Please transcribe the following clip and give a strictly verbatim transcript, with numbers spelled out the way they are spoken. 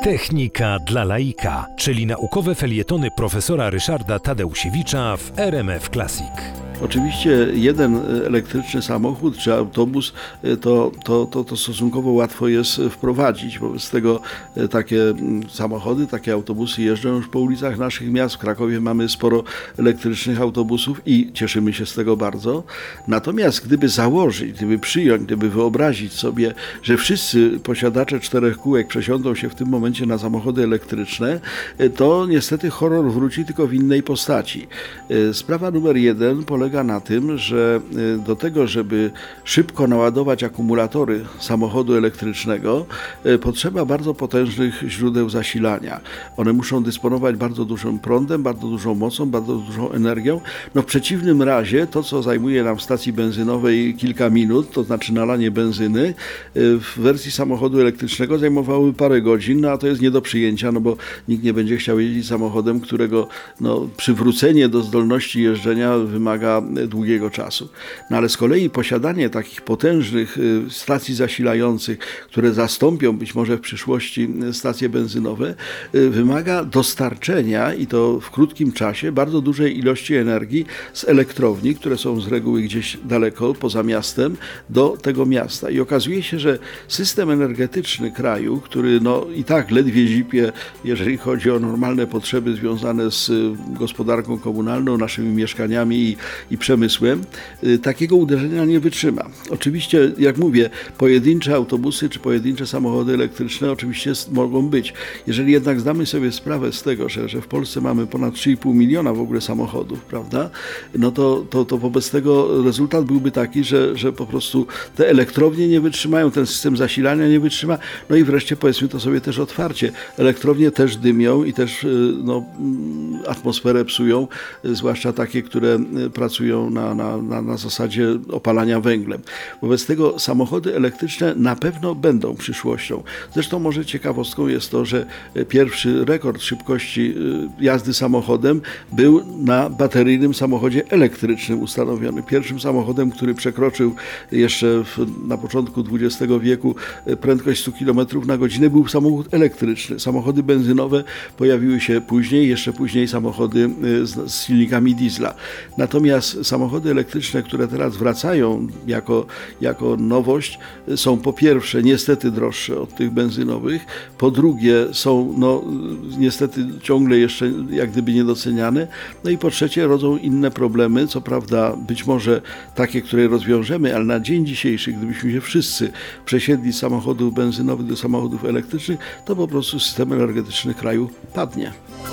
Technika dla laika, czyli naukowe felietony profesora Ryszarda Tadeusiewicza w R M F Classic. Oczywiście jeden elektryczny samochód czy autobus to, to, to, to stosunkowo łatwo jest wprowadzić. Wobec tego takie samochody, takie autobusy jeżdżą już po ulicach naszych miast. W Krakowie mamy sporo elektrycznych autobusów i cieszymy się z tego bardzo. Natomiast gdyby założyć, gdyby przyjąć, gdyby wyobrazić sobie, że wszyscy posiadacze czterech kółek przesiądą się w tym momencie na samochody elektryczne, to niestety horror wróci, tylko w innej postaci. Sprawa numer jeden polega na tym, że do tego, żeby szybko naładować akumulatory samochodu elektrycznego, potrzeba bardzo potężnych źródeł zasilania. One muszą dysponować bardzo dużym prądem, bardzo dużą mocą, bardzo dużą energią. No w przeciwnym razie to, co zajmuje nam w stacji benzynowej kilka minut, to znaczy nalanie benzyny, w wersji samochodu elektrycznego zajmowałoby parę godzin, no a to jest nie do przyjęcia, no bo nikt nie będzie chciał jeździć samochodem, którego no, przywrócenie do zdolności jeżdżenia wymaga długiego czasu. No ale z kolei posiadanie takich potężnych stacji zasilających, które zastąpią być może w przyszłości stacje benzynowe, wymaga dostarczenia, i to w krótkim czasie, bardzo dużej ilości energii z elektrowni, które są z reguły gdzieś daleko, poza miastem, do tego miasta. I okazuje się, że system energetyczny kraju, który no i tak ledwie zipie, jeżeli chodzi o normalne potrzeby związane z gospodarką komunalną, naszymi mieszkaniami i, i przemysłem, takiego uderzenia nie wytrzyma. Oczywiście, jak mówię, pojedyncze autobusy czy pojedyncze samochody elektryczne oczywiście mogą być. Jeżeli jednak zdamy sobie sprawę z tego, że, że w Polsce mamy ponad trzy i pół miliona w ogóle samochodów, prawda, no to, to, to wobec tego rezultat byłby taki, że, że po prostu te elektrownie nie wytrzymają, ten system zasilania nie wytrzyma, no i wreszcie powiedzmy to sobie też otwarcie, elektrownie też dymią i też no, atmosferę psują, zwłaszcza takie, które pracują na, na, na, na zasadzie opalania węglem. Wobec tego samochody elektryczne na pewno będą przyszłością. Zresztą może ciekawostką jest to, że pierwszy rekord szybkości jazdy samochodem był na bateryjnym samochodzie elektrycznym ustanowiony. Pierwszym samochodem, który przekroczył jeszcze w, na początku dwudziestego wieku prędkość stu kilometrów na godzinę, był samochód elektryczny. Samochody benzynowe pojawiły się później, jeszcze później samochody z, z silnikami diesla. Natomiast samochody elektryczne, które teraz wracają jako, jako nowość, są po pierwsze niestety droższe od tych benzynowych, po drugie są no, niestety ciągle jeszcze jak gdyby niedoceniane, no i po trzecie rodzą inne problemy, co prawda być może takie, które rozwiążemy, ale na dzień dzisiejszy, gdybyśmy się wszyscy przesiedli z samochodów benzynowych do samochodów elektrycznych, to po prostu system energetyczny kraju padnie.